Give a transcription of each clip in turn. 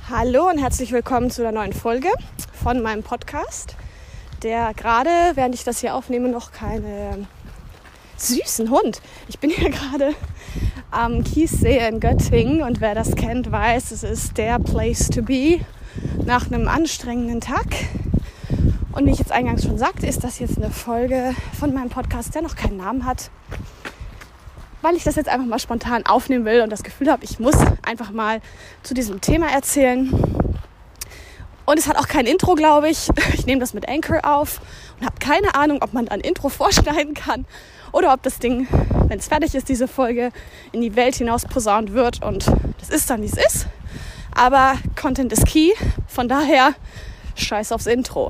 Hallo und herzlich willkommen zu einer neuen Folge von meinem Podcast, der gerade, während ich das hier aufnehme, noch keine süßen Hund. Ich bin hier gerade am Kiessee in Göttingen und wer das kennt, weiß, es ist der Place to be nach einem anstrengenden Tag. Und wie ich jetzt eingangs schon sagte, ist das jetzt eine Folge von meinem Podcast, der noch keinen Namen hat, weil ich das jetzt einfach mal spontan aufnehmen will und das Gefühl habe, ich muss einfach mal zu diesem Thema erzählen. Und es hat auch kein Intro, glaube ich. Ich nehme das mit Anchor auf und habe keine Ahnung, ob man da ein Intro vorschneiden kann oder ob das Ding, wenn es fertig ist, diese Folge in die Welt hinaus posaunt wird. Und das ist dann, wie es ist. Aber Content ist key, von daher scheiß aufs Intro.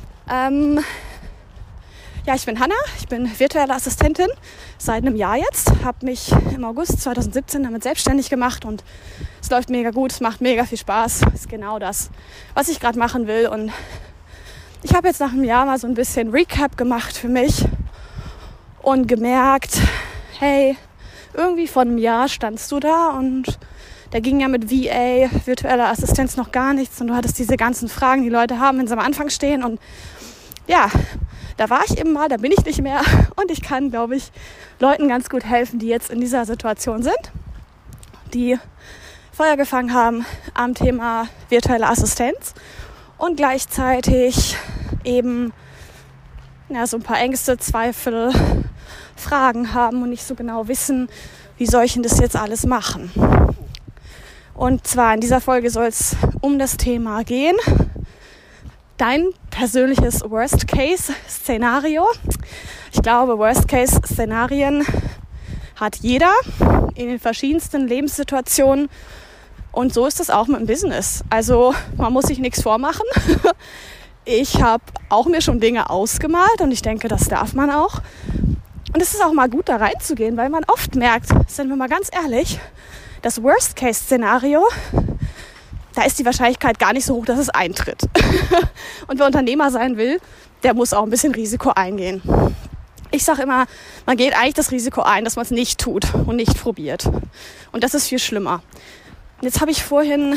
Ja, ich bin Hanna, ich bin virtuelle Assistentin seit einem Jahr jetzt, habe mich im August 2017 damit selbstständig gemacht und es läuft mega gut, es macht mega viel Spaß, ist genau das, was ich gerade machen will. Und ich habe jetzt nach einem Jahr mal so ein bisschen Recap gemacht für mich und gemerkt, hey, irgendwie vor einem Jahr standst du da und da ging ja mit VA, virtueller Assistenz, noch gar nichts und du hattest diese ganzen Fragen, die Leute haben, wenn sie am Anfang stehen. Und ja, da war ich eben mal, da bin ich nicht mehr und ich kann, glaube ich, Leuten ganz gut helfen, die jetzt in dieser Situation sind, die Feuer gefangen haben am Thema virtuelle Assistenz und gleichzeitig eben so ein paar Ängste, Zweifel, Fragen haben und nicht so genau wissen, wie soll ich denn das jetzt alles machen. Und zwar in dieser Folge soll es um das Thema gehen, dein persönliches Worst-Case-Szenario. Ich glaube, Worst-Case-Szenarien hat jeder in den verschiedensten Lebenssituationen. Und so ist es auch mit dem Business. Also man muss sich nichts vormachen. Ich habe auch mir schon Dinge ausgemalt und ich denke, das darf man auch. Und es ist auch mal gut, da reinzugehen, weil man oft merkt, sind wir mal ganz ehrlich, das Worst-Case-Szenario, da ist die Wahrscheinlichkeit gar nicht so hoch, dass es eintritt. Und wer Unternehmer sein will, der muss auch ein bisschen Risiko eingehen. Ich sage immer, man geht eigentlich das Risiko ein, dass man es nicht tut und nicht probiert. Und das ist viel schlimmer. Und jetzt habe ich vorhin,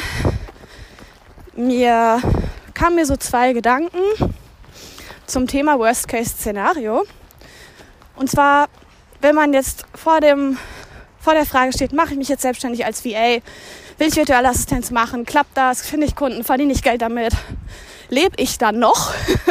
kamen mir so zwei Gedanken zum Thema Worst-Case-Szenario. Und zwar, wenn man jetzt vor der Frage steht, mache ich mich jetzt selbstständig als VA, will ich virtuelle Assistenz machen, klappt das, finde ich Kunden, verdiene ich Geld damit, lebe ich dann noch?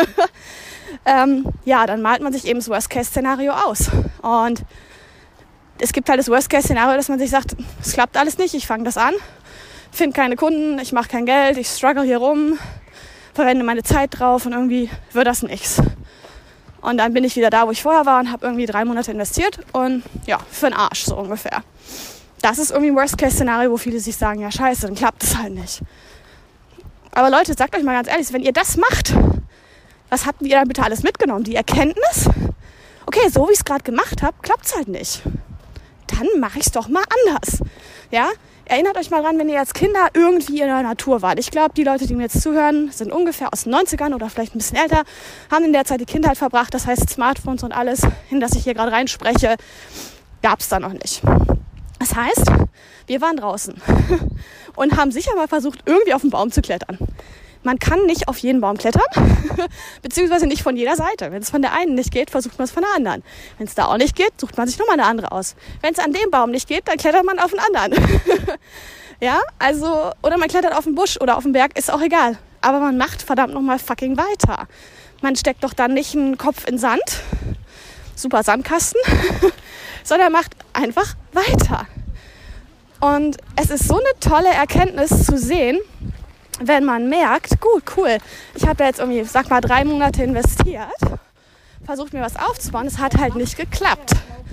Dann malt man sich eben das Worst-Case-Szenario aus. Und es gibt halt das Worst-Case-Szenario, dass man sich sagt, es klappt alles nicht, ich fange das an, finde keine Kunden, ich mache kein Geld, ich struggle hier rum, verwende meine Zeit drauf und irgendwie wird das nichts. Und dann bin ich wieder da, wo ich vorher war und habe irgendwie 3 Monate investiert und ja, für den Arsch so ungefähr. Das ist irgendwie ein Worst-Case-Szenario, wo viele sich sagen, ja scheiße, dann klappt es halt nicht. Aber Leute, sagt euch mal ganz ehrlich, wenn ihr das macht, was habt ihr dann bitte alles mitgenommen? Die Erkenntnis, okay, so wie ich es gerade gemacht habe, klappt es halt nicht. Dann mache ich es doch mal anders. Ja? Erinnert euch mal dran, wenn ihr als Kinder irgendwie in der Natur wart. Ich glaube, die Leute, die mir jetzt zuhören, sind ungefähr aus den 90ern oder vielleicht ein bisschen älter, haben in der Zeit die Kindheit verbracht. Das heißt, Smartphones und alles, in das ich hier gerade reinspreche, gab es da noch nicht. Das heißt, wir waren draußen und haben sicher mal versucht, irgendwie auf den Baum zu klettern. Man kann nicht auf jeden Baum klettern, beziehungsweise nicht von jeder Seite. Wenn es von der einen nicht geht, versucht man es von der anderen. Wenn es da auch nicht geht, sucht man sich nochmal eine andere aus. Wenn es an dem Baum nicht geht, dann klettert man auf den anderen. Ja, also, oder man klettert auf den Busch oder auf den Berg, ist auch egal. Aber man macht verdammt nochmal fucking weiter. Man steckt doch dann nicht einen Kopf in Sand, super Sandkasten, sondern macht einfach weiter. Und es ist so eine tolle Erkenntnis zu sehen, wenn man merkt, gut, cool, ich habe da jetzt irgendwie, 3 Monate investiert, versucht mir was aufzubauen, es hat halt nicht geklappt.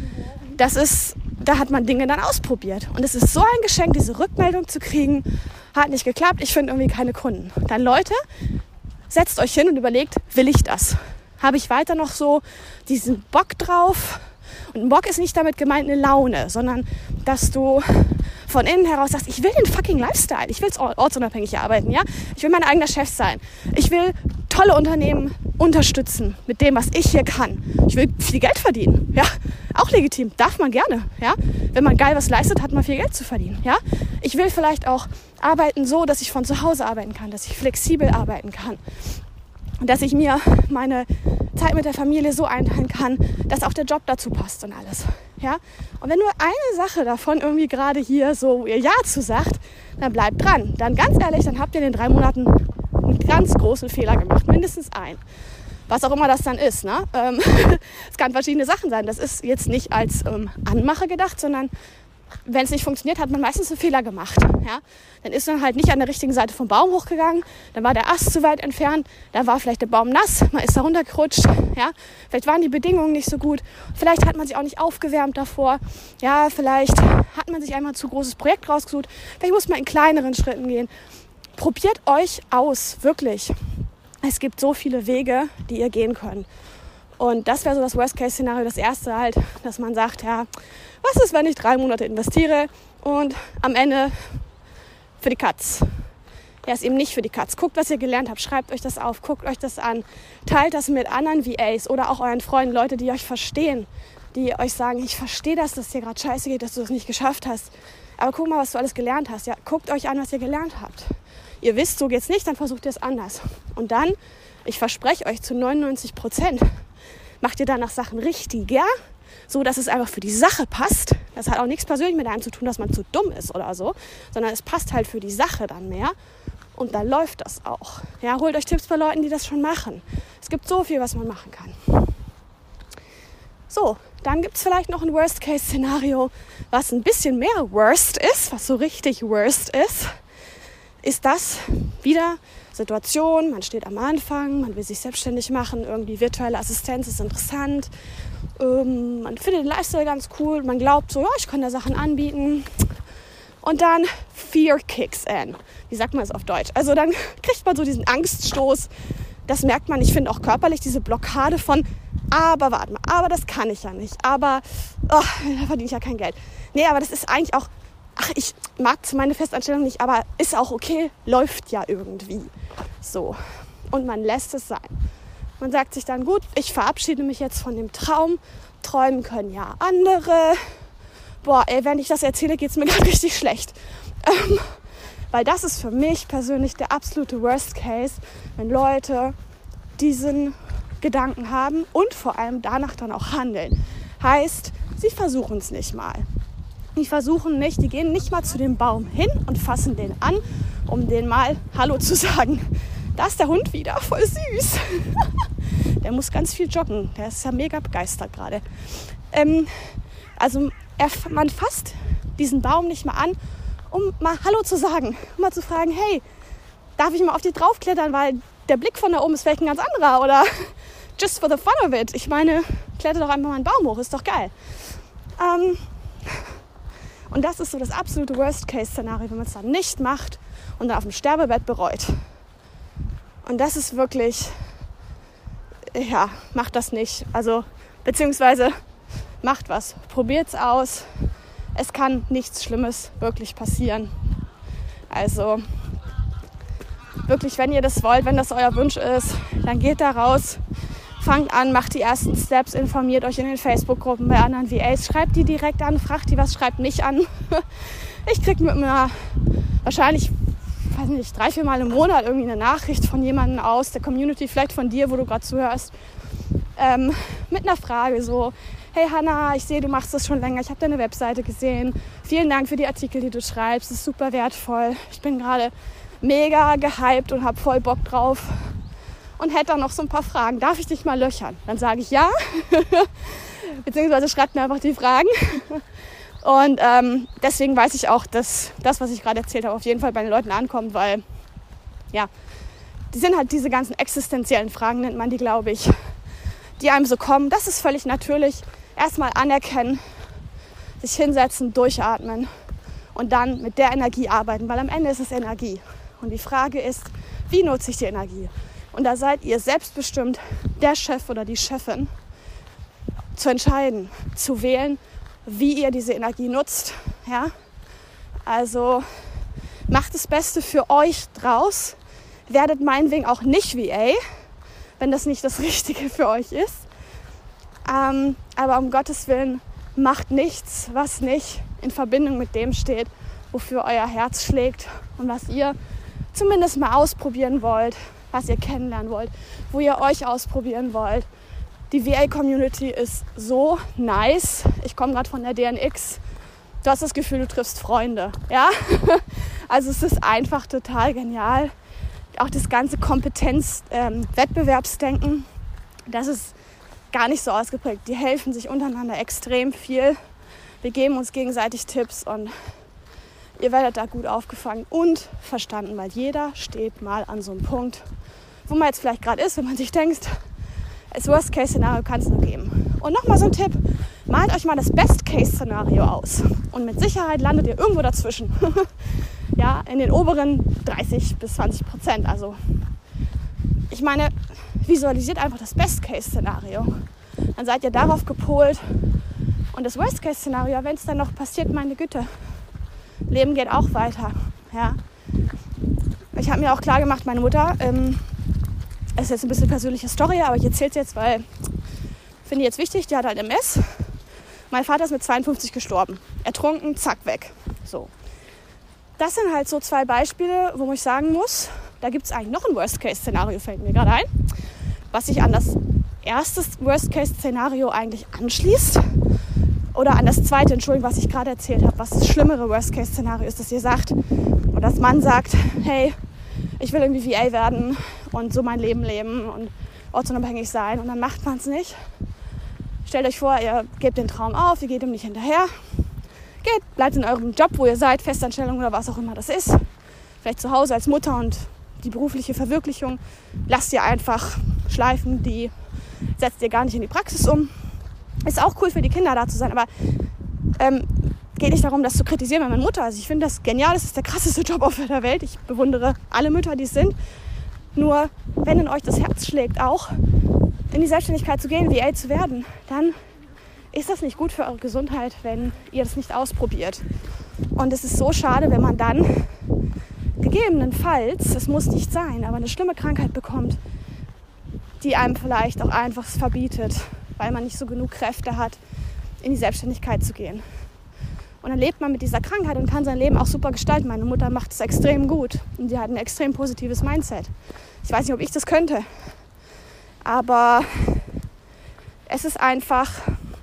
Da hat man Dinge dann ausprobiert. Und es ist so ein Geschenk, diese Rückmeldung zu kriegen, hat nicht geklappt, ich finde irgendwie keine Kunden. Dann Leute, setzt euch hin und überlegt, will ich das? Habe ich weiter noch so diesen Bock drauf? Und ein Bock ist nicht damit gemeint eine Laune, sondern dass du von innen heraus sagst, ich will den fucking Lifestyle, ich will ortsunabhängig arbeiten, ja? Ich will mein eigener Chef sein. Ich will tolle Unternehmen unterstützen mit dem, was ich hier kann. Ich will viel Geld verdienen, ja? Auch legitim, darf man gerne. Ja? Wenn man geil was leistet, hat man viel Geld zu verdienen. Ja? Ich will vielleicht auch arbeiten so, dass ich von zu Hause arbeiten kann, dass ich flexibel arbeiten kann. Und dass ich mir meine Zeit mit der Familie so einteilen kann, dass auch der Job dazu passt und alles. Ja? Und wenn nur eine Sache davon irgendwie gerade hier so ihr Ja zu sagt, dann bleibt dran. Dann ganz ehrlich, dann habt ihr in den 3 Monaten einen ganz großen Fehler gemacht. Mindestens einen. Was auch immer das dann ist. Ne? Es kann verschiedene Sachen sein. Das ist jetzt nicht als Anmache gedacht, sondern wenn es nicht funktioniert, hat man meistens einen Fehler gemacht. Ja? Dann ist man halt nicht an der richtigen Seite vom Baum hochgegangen, dann war der Ast zu weit entfernt, dann war vielleicht der Baum nass, man ist da runtergerutscht, ja? Vielleicht waren die Bedingungen nicht so gut, vielleicht hat man sich auch nicht aufgewärmt davor, ja? Vielleicht hat man sich einmal ein zu großes Projekt rausgesucht, vielleicht muss man in kleineren Schritten gehen. Probiert euch aus, wirklich. Es gibt so viele Wege, die ihr gehen könnt. Und das wäre so das Worst-Case-Szenario, das erste halt, dass man sagt, ja, was ist, wenn ich 3 Monate investiere und am Ende für die Katz? Ja, ist eben nicht für die Katz. Guckt, was ihr gelernt habt, schreibt euch das auf, guckt euch das an, teilt das mit anderen VAs oder auch euren Freunden, Leute, die euch verstehen, die euch sagen, ich verstehe das, dass dir gerade scheiße geht, dass du das nicht geschafft hast. Aber guck mal, was du alles gelernt hast. Ja, guckt euch an, was ihr gelernt habt. Ihr wisst, so geht's nicht, dann versucht ihr es anders. Und dann, ich verspreche euch zu 99%, macht ihr danach Sachen richtiger, so dass es einfach für die Sache passt. Das hat auch nichts persönlich mit einem zu tun, dass man zu dumm ist oder so, sondern es passt halt für die Sache dann mehr und dann läuft das auch. Ja, holt euch Tipps bei Leuten, die das schon machen. Es gibt so viel, was man machen kann. So, dann gibt es vielleicht noch ein Worst-Case-Szenario, was ein bisschen mehr Worst ist, was so richtig Worst ist das wieder Situation, man steht am Anfang, man will sich selbstständig machen, irgendwie virtuelle Assistenz ist interessant, man findet den Lifestyle ganz cool, man glaubt so, ja, ich kann da Sachen anbieten und dann Fear kicks in. Wie sagt man es auf Deutsch? Also dann kriegt man so diesen Angststoß, das merkt man, ich finde auch körperlich, diese Blockade von, aber warte mal, aber das kann ich ja nicht, aber da verdiene ich ja kein Geld. Nee, aber das ist eigentlich auch, ich mag meine Festanstellung nicht, aber ist auch okay, läuft ja irgendwie. So. Und man lässt es sein. Man sagt sich dann, gut, ich verabschiede mich jetzt von dem Traum. Träumen können ja andere. Boah, ey, wenn ich das erzähle, geht es mir gerade richtig schlecht. Weil das ist für mich persönlich der absolute Worst Case, wenn Leute diesen Gedanken haben und vor allem danach dann auch handeln. Heißt, sie versuchen es nicht mal. Die versuchen nicht, die gehen nicht mal zu dem Baum hin und fassen den an, um den mal Hallo zu sagen. Da ist der Hund wieder, voll süß. Der muss ganz viel joggen, der ist ja mega begeistert gerade. Man fasst diesen Baum nicht mal an, um mal Hallo zu sagen. Um mal zu fragen, hey, darf ich mal auf dich draufklettern, weil der Blick von da oben ist vielleicht ein ganz anderer. Oder just for the fun of it. Ich meine, kletter doch einfach mal einen Baum hoch, ist doch geil. Und das ist so das absolute Worst-Case-Szenario, wenn man es dann nicht macht und dann auf dem Sterbebett bereut. Und das ist wirklich, ja, macht das nicht. Also, beziehungsweise macht was, probiert's aus. Es kann nichts Schlimmes wirklich passieren. Also, wirklich, wenn ihr das wollt, wenn das euer Wunsch ist, dann geht da raus. Fangt an, macht die ersten Steps, informiert euch in den Facebook-Gruppen bei anderen VAs, schreibt die direkt an, fragt die was, schreibt mich an. Ich kriege mit einer wahrscheinlich, weiß nicht, 3-4 Mal im Monat irgendwie eine Nachricht von jemandem aus der Community, vielleicht von dir, wo du gerade zuhörst, mit einer Frage so, hey Hanna, ich sehe, du machst das schon länger, ich habe deine Webseite gesehen, vielen Dank für die Artikel, die du schreibst, das ist super wertvoll, ich bin gerade mega gehypt und habe voll Bock drauf. Und hätte dann noch so ein paar Fragen. Darf ich dich mal löchern? Dann sage ich ja. Beziehungsweise schreibt mir einfach die Fragen. Und deswegen weiß ich auch, dass das, was ich gerade erzählt habe, auf jeden Fall bei den Leuten ankommt, weil, ja, die sind halt diese ganzen existenziellen Fragen, nennt man die, glaube ich, die einem so kommen. Das ist völlig natürlich. Erstmal anerkennen, sich hinsetzen, durchatmen und dann mit der Energie arbeiten, weil am Ende ist es Energie. Und die Frage ist, wie nutze ich die Energie? Und da seid ihr selbstbestimmt, der Chef oder die Chefin, zu entscheiden, zu wählen, wie ihr diese Energie nutzt. Ja? Also macht das Beste für euch draus. Werdet meinetwegen auch nicht VA, wenn das nicht das Richtige für euch ist. Aber um Gottes Willen, macht nichts, was nicht in Verbindung mit dem steht, wofür euer Herz schlägt und was ihr zumindest mal ausprobieren wollt, was ihr kennenlernen wollt, wo ihr euch ausprobieren wollt. Die VA-Community ist so nice. Ich komme gerade von der DNX. Du hast das Gefühl, du triffst Freunde. Ja? Also es ist einfach total genial. Auch das ganze Kompetenz-Wettbewerbsdenken, das ist gar nicht so ausgeprägt. Die helfen sich untereinander extrem viel. Wir geben uns gegenseitig Tipps und ihr werdet da gut aufgefangen und verstanden, weil jeder steht mal an so einem Punkt, wo man jetzt vielleicht gerade ist, wenn man sich denkt, das Worst-Case-Szenario kann es nur geben. Und nochmal so ein Tipp, malt euch mal das Best-Case-Szenario aus. Und mit Sicherheit landet ihr irgendwo dazwischen. Ja, in den oberen 30-20%. Also ich meine, visualisiert einfach das Best-Case-Szenario. Dann seid ihr darauf gepolt. Und das Worst-Case-Szenario, wenn es dann noch passiert, meine Güte, Leben geht auch weiter. Ja. Ich habe mir auch klar gemacht, meine Mutter, das ist jetzt ein bisschen persönliche Story, aber ich erzähle es jetzt, weil ich finde jetzt wichtig, die hat halt MS. Mein Vater ist mit 52 gestorben. Ertrunken, zack, weg. So. Das sind halt so 2 Beispiele, wo ich sagen muss, da gibt es eigentlich noch ein Worst-Case-Szenario, fällt mir gerade ein, was sich an das erste Worst-Case-Szenario eigentlich anschließt. Oder an das zweite, Entschuldigung, was ich gerade erzählt habe, was das schlimmere Worst-Case-Szenario ist, dass ihr sagt, oder dass man sagt, hey, ich will irgendwie VA werden und so mein Leben leben und ortsunabhängig sein und dann macht man es nicht. Stellt euch vor, ihr gebt den Traum auf, ihr geht ihm nicht hinterher. Bleibt in eurem Job, wo ihr seid, Festanstellung oder was auch immer das ist. Vielleicht zu Hause als Mutter und die berufliche Verwirklichung lasst ihr einfach schleifen, die setzt ihr gar nicht in die Praxis um. Ist auch cool für die Kinder da zu sein, aber geht nicht darum, das zu kritisieren, weil meine Mutter, also ich finde das genial, das ist der krasseste Job auf der Welt. Ich bewundere alle Mütter, die es sind. Nur, wenn in euch das Herz schlägt, auch in die Selbstständigkeit zu gehen, VA zu werden, dann ist das nicht gut für eure Gesundheit, wenn ihr das nicht ausprobiert. Und es ist so schade, wenn man dann gegebenenfalls, es muss nicht sein, aber eine schlimme Krankheit bekommt, die einem vielleicht auch einfach verbietet, weil man nicht so genug Kräfte hat, in die Selbstständigkeit zu gehen. Und dann lebt man mit dieser Krankheit und kann sein Leben auch super gestalten. Meine Mutter macht es extrem gut und die hat ein extrem positives Mindset. Ich weiß nicht, ob ich das könnte, aber es ist einfach,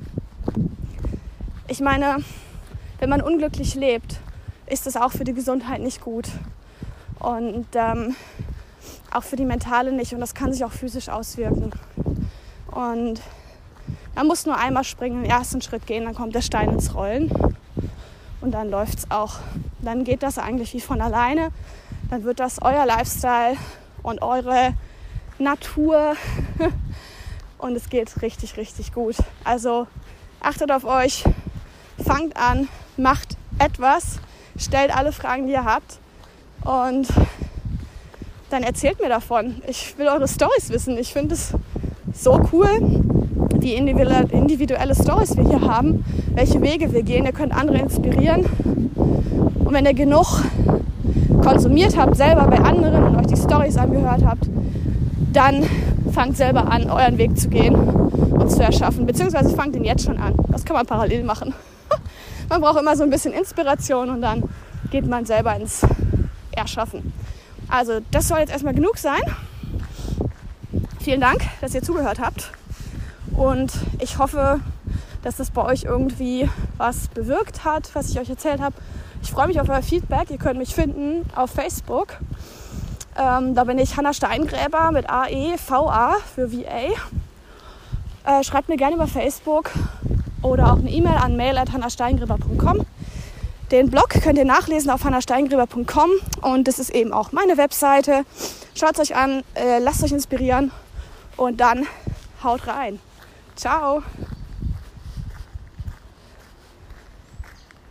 ich meine, wenn man unglücklich lebt, ist das auch für die Gesundheit nicht gut und auch für die mentale nicht und das kann sich auch physisch auswirken. Und man muss nur einmal springen, den ersten Schritt gehen, dann kommt der Stein ins Rollen und dann läuft's auch. Dann geht das eigentlich wie von alleine, dann wird das euer Lifestyle und eure Natur und es geht richtig, richtig gut. Also achtet auf euch, fangt an, macht etwas, stellt alle Fragen, die ihr habt und dann erzählt mir davon. Ich will eure Storys wissen. Ich finde es so cool, die individuelle Storys wir hier haben, welche Wege wir gehen. Ihr könnt andere inspirieren. Und wenn ihr genug konsumiert habt, selber bei anderen und euch die Storys angehört habt, dann fangt selber an, euren Weg zu gehen und zu erschaffen. Beziehungsweise fangt ihn jetzt schon an. Das kann man parallel machen. Man braucht immer so ein bisschen Inspiration und dann geht man selber ins Erschaffen. Also das soll jetzt erstmal genug sein. Vielen Dank, dass ihr zugehört habt. Und ich hoffe, dass das bei euch irgendwie was bewirkt hat, was ich euch erzählt habe. Ich freue mich auf euer Feedback. Ihr könnt mich finden auf Facebook. Da bin ich Hannah Steingräber mit AEVA für VA. Schreibt mir gerne über Facebook oder auch eine E-Mail an mail@hannahsteingräber.com. Den Blog könnt ihr nachlesen auf hannahsteingräber.com und das ist eben auch meine Webseite. Schaut es euch an, lasst euch inspirieren und dann haut rein. Ciao!